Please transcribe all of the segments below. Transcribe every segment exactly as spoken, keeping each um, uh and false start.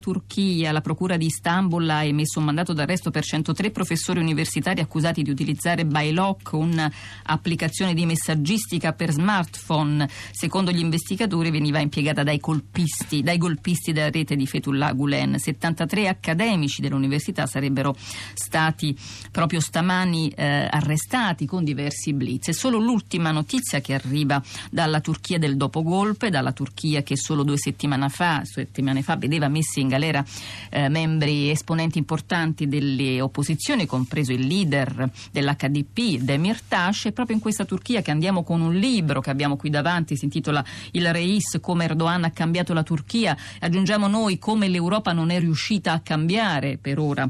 Turchia, la procura di Istanbul ha emesso un mandato d'arresto per centotré professori universitari accusati di utilizzare Bylock, un'applicazione di messaggistica per smartphone. Secondo gli investigatori veniva impiegata dai colpisti, dai golpisti della rete di Fethullah Gulen. settantatré accademici dell'università sarebbero stati proprio stamani eh, arrestati con diversi blitz. È solo l'ultima notizia che arriva dalla Turchia del dopogolpe, dalla Turchia che solo due settimane fa, settimane fa vedeva messi in galera eh, membri esponenti importanti delle opposizioni, compreso il leader dell'H D P, Demirtas. È proprio in questa Turchia che andiamo con un libro che abbiamo qui davanti, si intitola Il Reis, come Erdogan ha cambiato la Turchia. Aggiungiamo noi come l'Europa non è riuscita a cambiare per ora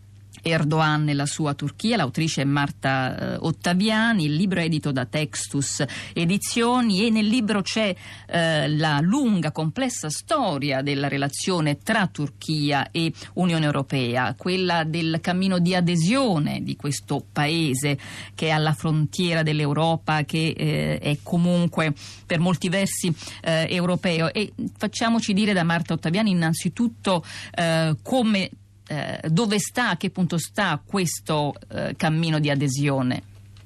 Erdogan nella sua Turchia. L'autrice è Marta eh, Ottaviani. Il libro è edito da Textus Edizioni e nel libro c'è eh, la lunga, complessa storia della relazione tra Turchia e Unione Europea, quella del cammino di adesione di questo paese che è alla frontiera dell'Europa, che eh, è comunque per molti versi eh, europeo. E facciamoci dire da Marta Ottaviani innanzitutto eh, come Eh, dove sta, a che punto sta questo eh, cammino di adesione?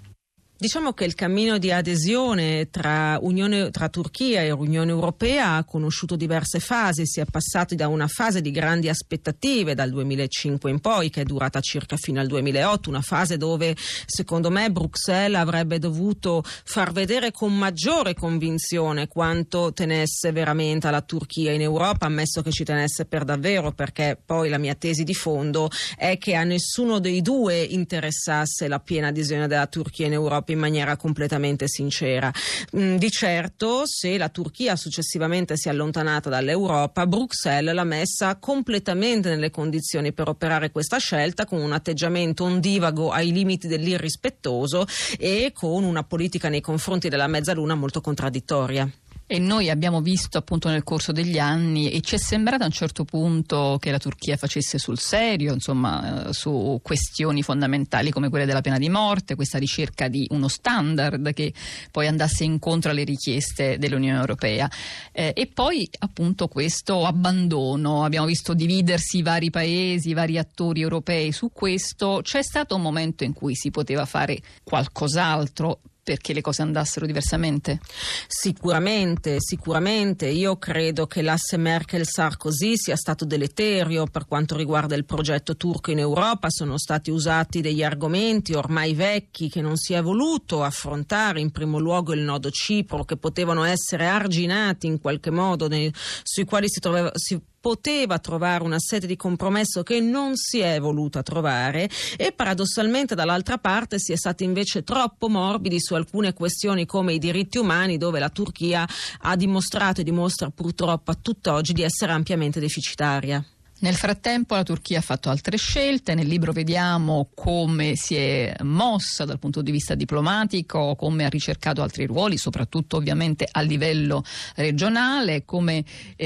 Diciamo che il cammino di adesione tra, Unione, tra Turchia e Unione Europea ha conosciuto diverse fasi. Si è passati da una fase di grandi aspettative dal duemilacinque in poi, che è durata circa fino al duemilaotto, una fase dove secondo me Bruxelles avrebbe dovuto far vedere con maggiore convinzione quanto tenesse veramente alla Turchia in Europa, ammesso che ci tenesse per davvero, perché poi la mia tesi di fondo è che a nessuno dei due interessasse la piena adesione della Turchia in Europa in maniera completamente sincera. Di certo, se la Turchia successivamente si è allontanata dall'Europa, Bruxelles l'ha messa completamente nelle condizioni per operare questa scelta, con un atteggiamento ondivago ai limiti dell'irrispettoso e con una politica nei confronti della mezzaluna molto contraddittoria. E noi abbiamo visto appunto nel corso degli anni, e ci è sembrato a un certo punto che la Turchia facesse sul serio, insomma, su questioni fondamentali come quelle della pena di morte, questa ricerca di uno standard che poi andasse incontro alle richieste dell'Unione Europea. Eh, e poi appunto questo abbandono, abbiamo visto dividersi i vari paesi, i vari attori europei su questo. C'è stato un momento in cui si poteva fare qualcos'altro perché le cose andassero diversamente? Sicuramente, sicuramente. Io credo che l'asse Merkel-Sarkozy sia stato deleterio per quanto riguarda il progetto turco in Europa. Sono stati usati degli argomenti ormai vecchi che non si è voluto affrontare, in primo luogo il nodo Cipro, che potevano essere arginati in qualche modo, nei, sui quali si trovava si poteva trovare una sede di compromesso che non si è voluta trovare, e paradossalmente dall'altra parte si è stati invece troppo morbidi su alcune questioni come i diritti umani, dove la Turchia ha dimostrato e dimostra purtroppo a tutt'oggi di essere ampiamente deficitaria. Nel frattempo la Turchia ha fatto altre scelte. Nel libro vediamo come si è mossa dal punto di vista diplomatico, come ha ricercato altri ruoli, soprattutto ovviamente a livello regionale, come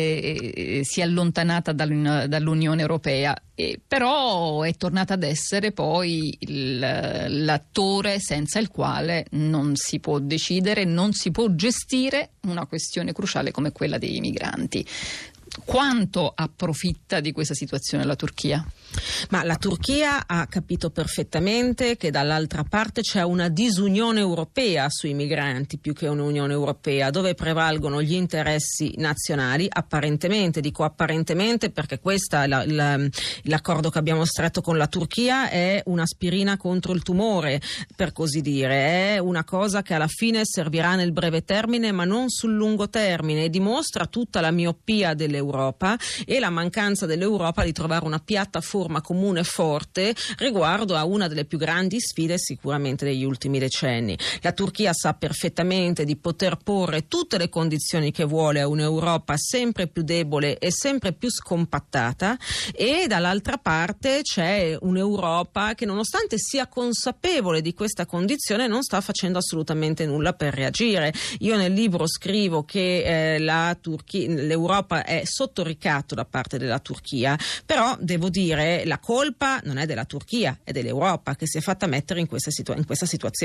eh, si è allontanata dall'Unione Europea. E però è tornata ad essere poi il, l'attore senza il quale non si può decidere, non si può gestire una questione cruciale come quella dei migranti. Quanto approfitta di questa situazione la Turchia? Ma la Turchia ha capito perfettamente che dall'altra parte c'è una disunione europea sui migranti più che un'Unione Europea, dove prevalgono gli interessi nazionali, apparentemente, dico apparentemente perché questo la, la, l'accordo che abbiamo stretto con la Turchia è un'aspirina contro il tumore, per così dire, è una cosa che alla fine servirà nel breve termine ma non sul lungo termine, e dimostra tutta la miopia dell'Europa e la mancanza dell'Europa di trovare una piattaforma comune forte riguardo a una delle più grandi sfide sicuramente degli ultimi decenni. La Turchia sa perfettamente di poter porre tutte le condizioni che vuole a un'Europa sempre più debole e sempre più scompattata, e dall'altra parte c'è un'Europa che, nonostante sia consapevole di questa condizione, non sta facendo assolutamente nulla per reagire. Io nel libro scrivo che eh, la Turchia, l'Europa è sotto ricatto da parte della Turchia, però devo dire la colpa non è della Turchia, è dell'Europa che si è fatta mettere in questa, situa- in questa situazione.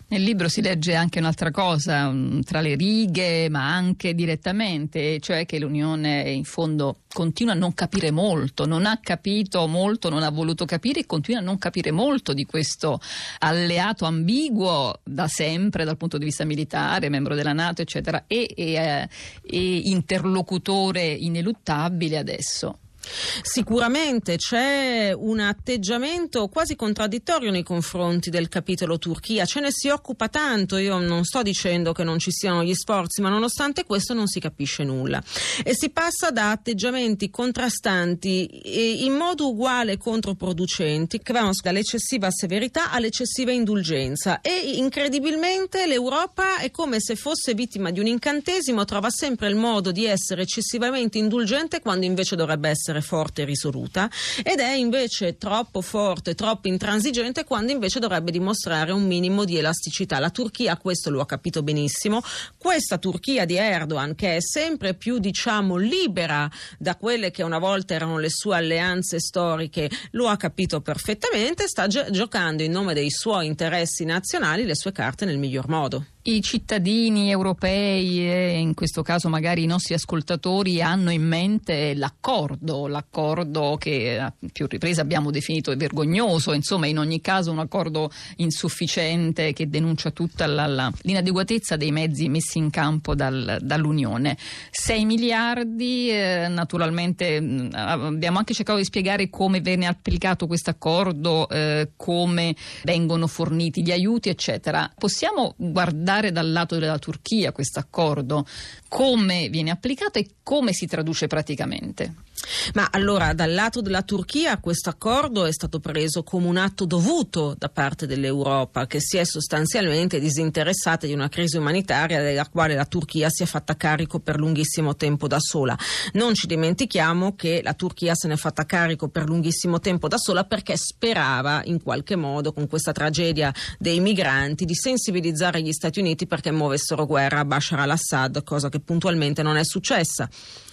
Nel libro si legge anche un'altra cosa, tra le righe, ma anche direttamente, cioè che l'Unione in fondo continua a non capire molto, non ha capito molto, non ha voluto capire e continua a non capire molto di questo alleato ambiguo da sempre dal punto di vista militare, membro della NATO, eccetera, e, e, e interlocutore ineluttabile adesso. Sicuramente c'è un atteggiamento quasi contraddittorio nei confronti del capitolo Turchia, ce ne si occupa tanto, io non sto dicendo che non ci siano gli sforzi, ma nonostante questo non si capisce nulla e si passa da atteggiamenti contrastanti e in modo uguale e controproducenti, che vanno dall'eccessiva severità all'eccessiva indulgenza, e incredibilmente l'Europa è come se fosse vittima di un incantesimo, trova sempre il modo di essere eccessivamente indulgente quando invece dovrebbe essere forte e risoluta, ed è invece troppo forte, troppo intransigente quando invece dovrebbe dimostrare un minimo di elasticità. La Turchia questo lo ha capito benissimo, questa Turchia di Erdogan, che è sempre più, diciamo, libera da quelle che una volta erano le sue alleanze storiche, lo ha capito perfettamente, sta gi- giocando in nome dei suoi interessi nazionali le sue carte nel miglior modo. I cittadini europei e in questo caso magari i nostri ascoltatori hanno in mente l'accordo, l'accordo che a più riprese abbiamo definito vergognoso, insomma in ogni caso un accordo insufficiente che denuncia tutta la, la, l'inadeguatezza dei mezzi messi in campo dal, dall'Unione. sei miliardi, eh, naturalmente mh, abbiamo anche cercato di spiegare come viene applicato questo accordo, eh, come vengono forniti gli aiuti, eccetera. Possiamo guardare dal lato della Turchia questo accordo, come viene applicato e come si traduce praticamente? Ma allora, dal lato della Turchia questo accordo è stato preso come un atto dovuto da parte dell'Europa, che si è sostanzialmente disinteressata di una crisi umanitaria della quale la Turchia si è fatta carico per lunghissimo tempo da sola. Non ci dimentichiamo che la Turchia se ne è fatta carico per lunghissimo tempo da sola perché sperava in qualche modo, con questa tragedia dei migranti, di sensibilizzare gli Stati Uniti perché muovessero guerra a Bashar al-Assad, cosa che puntualmente non è successa.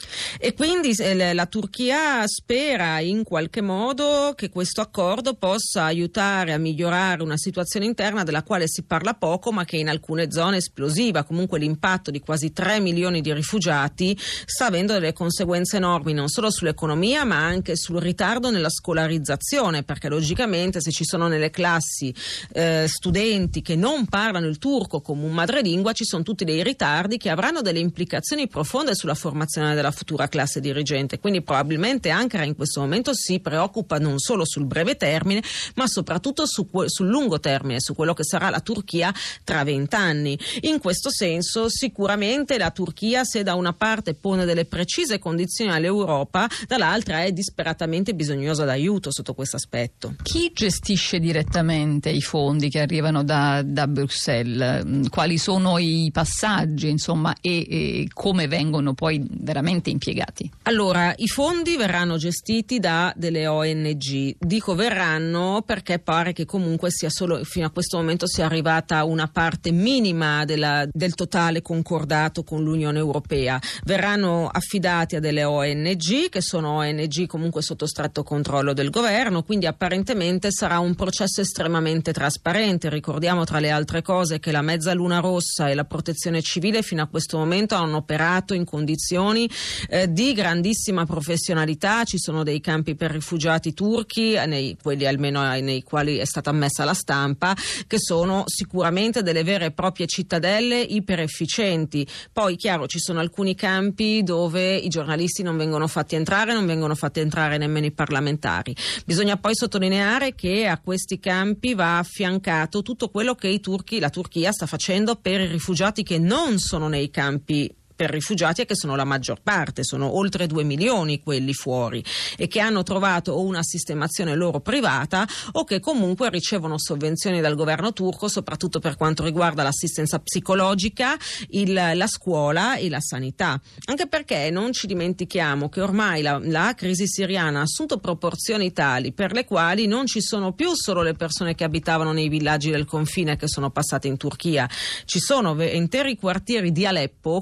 E quindi eh, la Turchia spera in qualche modo che questo accordo possa aiutare a migliorare una situazione interna della quale si parla poco, ma che in alcune zone è esplosiva. Comunque l'impatto di quasi tre milioni di rifugiati sta avendo delle conseguenze enormi non solo sull'economia ma anche sul ritardo nella scolarizzazione, perché logicamente se ci sono nelle classi eh, studenti che non parlano il turco come un madrelingua, ci sono tutti dei ritardi che avranno delle implicazioni profonde sulla formazione della futura classe dirigente. Quindi probabilmente Ankara in questo momento si preoccupa non solo sul breve termine ma soprattutto su que- sul lungo termine, su quello che sarà la Turchia tra vent'anni. In questo senso sicuramente la Turchia, se da una parte pone delle precise condizioni all'Europa, dall'altra è disperatamente bisognosa d'aiuto sotto questo aspetto. Chi gestisce direttamente i fondi che arrivano da, da Bruxelles? Quali sono i passaggi, insomma, e, e come vengono poi veramente impiegati? Allora, i fondi verranno gestiti da delle O N G. Dico verranno perché pare che comunque sia solo fino a questo momento sia arrivata una parte minima della, del totale concordato con l'Unione Europea. Verranno affidati a delle O N G che sono O N G comunque sotto stretto controllo del governo, quindi apparentemente sarà un processo estremamente trasparente. Ricordiamo tra le altre cose che la Mezzaluna Rossa e la Protezione Civile fino a questo momento hanno operato in condizioni eh, di grandissima professionalità. Ci sono dei campi per rifugiati turchi, nei, quelli almeno nei quali è stata ammessa la stampa, che sono sicuramente delle vere e proprie cittadelle iperefficienti. Poi chiaro, ci sono alcuni campi dove i giornalisti non vengono fatti entrare, non vengono fatti entrare nemmeno i parlamentari. Bisogna poi sottolineare che a questi campi va affiancato tutto quello che i turchi, la Turchia sta facendo per i rifugiati che non sono nei campi per rifugiati, e che sono la maggior parte, sono oltre due milioni quelli fuori e che hanno trovato o una sistemazione loro privata o che comunque ricevono sovvenzioni dal governo turco, soprattutto per quanto riguarda l'assistenza psicologica, il, la scuola e la sanità. Anche perché non ci dimentichiamo che ormai la, la crisi siriana ha assunto proporzioni tali per le quali non ci sono più solo le persone che abitavano nei villaggi del confine che sono passate in Turchia, ci sono interi quartieri di Aleppo che si sono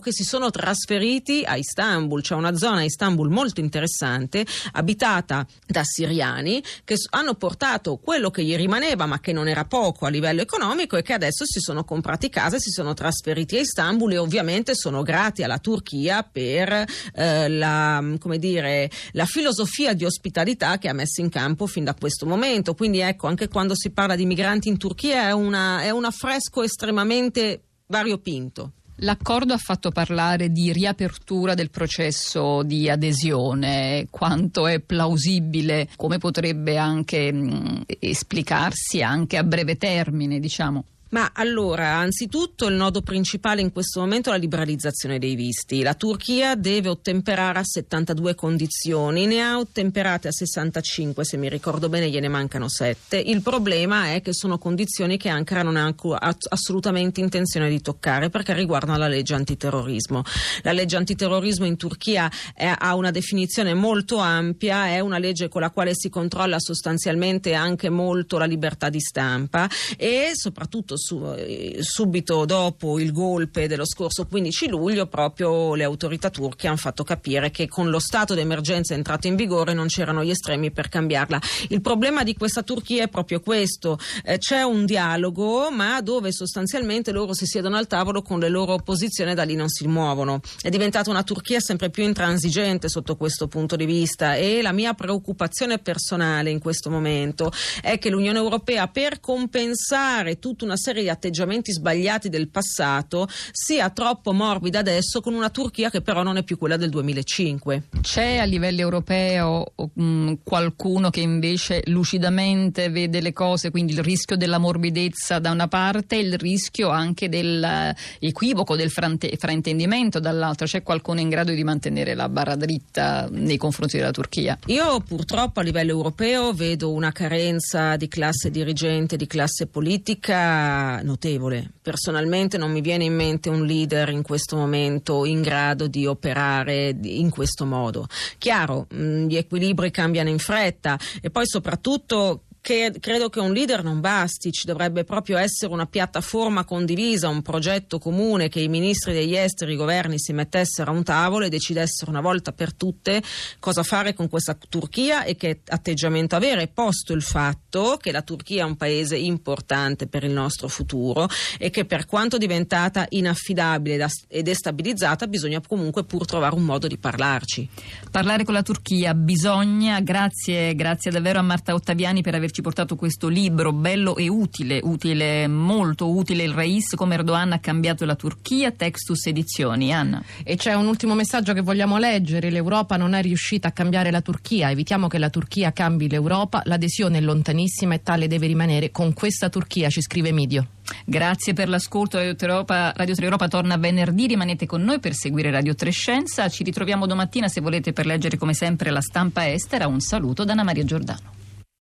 sono trasferiti a Istanbul. C'è una zona a Istanbul molto interessante, abitata da siriani, che hanno portato quello che gli rimaneva, ma che non era poco a livello economico, e che adesso si sono comprati casa, si sono trasferiti a Istanbul, e ovviamente sono grati alla Turchia per eh, la, come dire, la filosofia di ospitalità che ha messo in campo fin da questo momento. Quindi ecco, anche quando si parla di migranti in Turchia è, una, è un affresco estremamente variopinto. L'accordo ha fatto parlare di riapertura del processo di adesione. Quanto è plausibile? Come potrebbe anche mh, esplicarsi anche a breve termine, diciamo? Ma allora, anzitutto il nodo principale in questo momento è la liberalizzazione dei visti. La Turchia deve ottemperare a settantadue condizioni, ne ha ottemperate a sessantacinque, se mi ricordo bene gliene mancano sette. Il problema è che sono condizioni che Ankara non ha assolutamente intenzione di toccare, perché riguardano la legge antiterrorismo. La legge antiterrorismo in Turchia è, ha una definizione molto ampia, è una legge con la quale si controlla sostanzialmente anche molto la libertà di stampa, e soprattutto Su, subito dopo il golpe dello scorso quindici luglio proprio le autorità turche hanno fatto capire che con lo stato d'emergenza entrato in vigore non c'erano gli estremi per cambiarla. Il problema di questa Turchia è proprio questo, eh, c'è un dialogo ma dove sostanzialmente loro si siedono al tavolo con le loro opposizioni e da lì non si muovono. È diventata una Turchia sempre più intransigente sotto questo punto di vista, e la mia preoccupazione personale in questo momento è che l'Unione Europea, per compensare tutta una serie di atteggiamenti sbagliati del passato, sia troppo morbida adesso con una Turchia che però non è più quella del duemilacinque. C'è a livello europeo mh, qualcuno che invece lucidamente vede le cose, quindi il rischio della morbidezza da una parte e il rischio anche dell'equivoco, del frante- fraintendimento dall'altra? C'è qualcuno in grado di mantenere la barra dritta nei confronti della Turchia? Io purtroppo a livello europeo vedo una carenza di classe dirigente, di classe politica notevole. Personalmente non mi viene in mente un leader in questo momento in grado di operare in questo modo. Chiaro, mh, gli equilibri cambiano in fretta, e poi soprattutto che credo che un leader non basti, ci dovrebbe proprio essere una piattaforma condivisa, un progetto comune, che i ministri degli esteri, i governi si mettessero a un tavolo e decidessero una volta per tutte cosa fare con questa Turchia e che atteggiamento avere, posto il fatto che la Turchia è un paese importante per il nostro futuro e che per quanto diventata inaffidabile e destabilizzata bisogna comunque pur trovare un modo di parlarci. Parlare con la Turchia bisogna. Grazie, grazie davvero a Marta Ottaviani per averci portato questo libro bello e utile, utile, molto utile, Il Rais, come Erdogan ha cambiato la Turchia, Textus Edizioni. Anna. E c'è un ultimo messaggio che vogliamo leggere: l'Europa non è riuscita a cambiare la Turchia, evitiamo che la Turchia cambi l'Europa, l'adesione è lontanissima e tale deve rimanere con questa Turchia, ci scrive Midio. Grazie per l'ascolto. Radio tre Europa, Radio tre Europa torna venerdì, rimanete con noi per seguire Radio tre Scienza, ci ritroviamo domattina se volete per leggere come sempre la stampa estera. Un saluto da Anna Maria Giordano.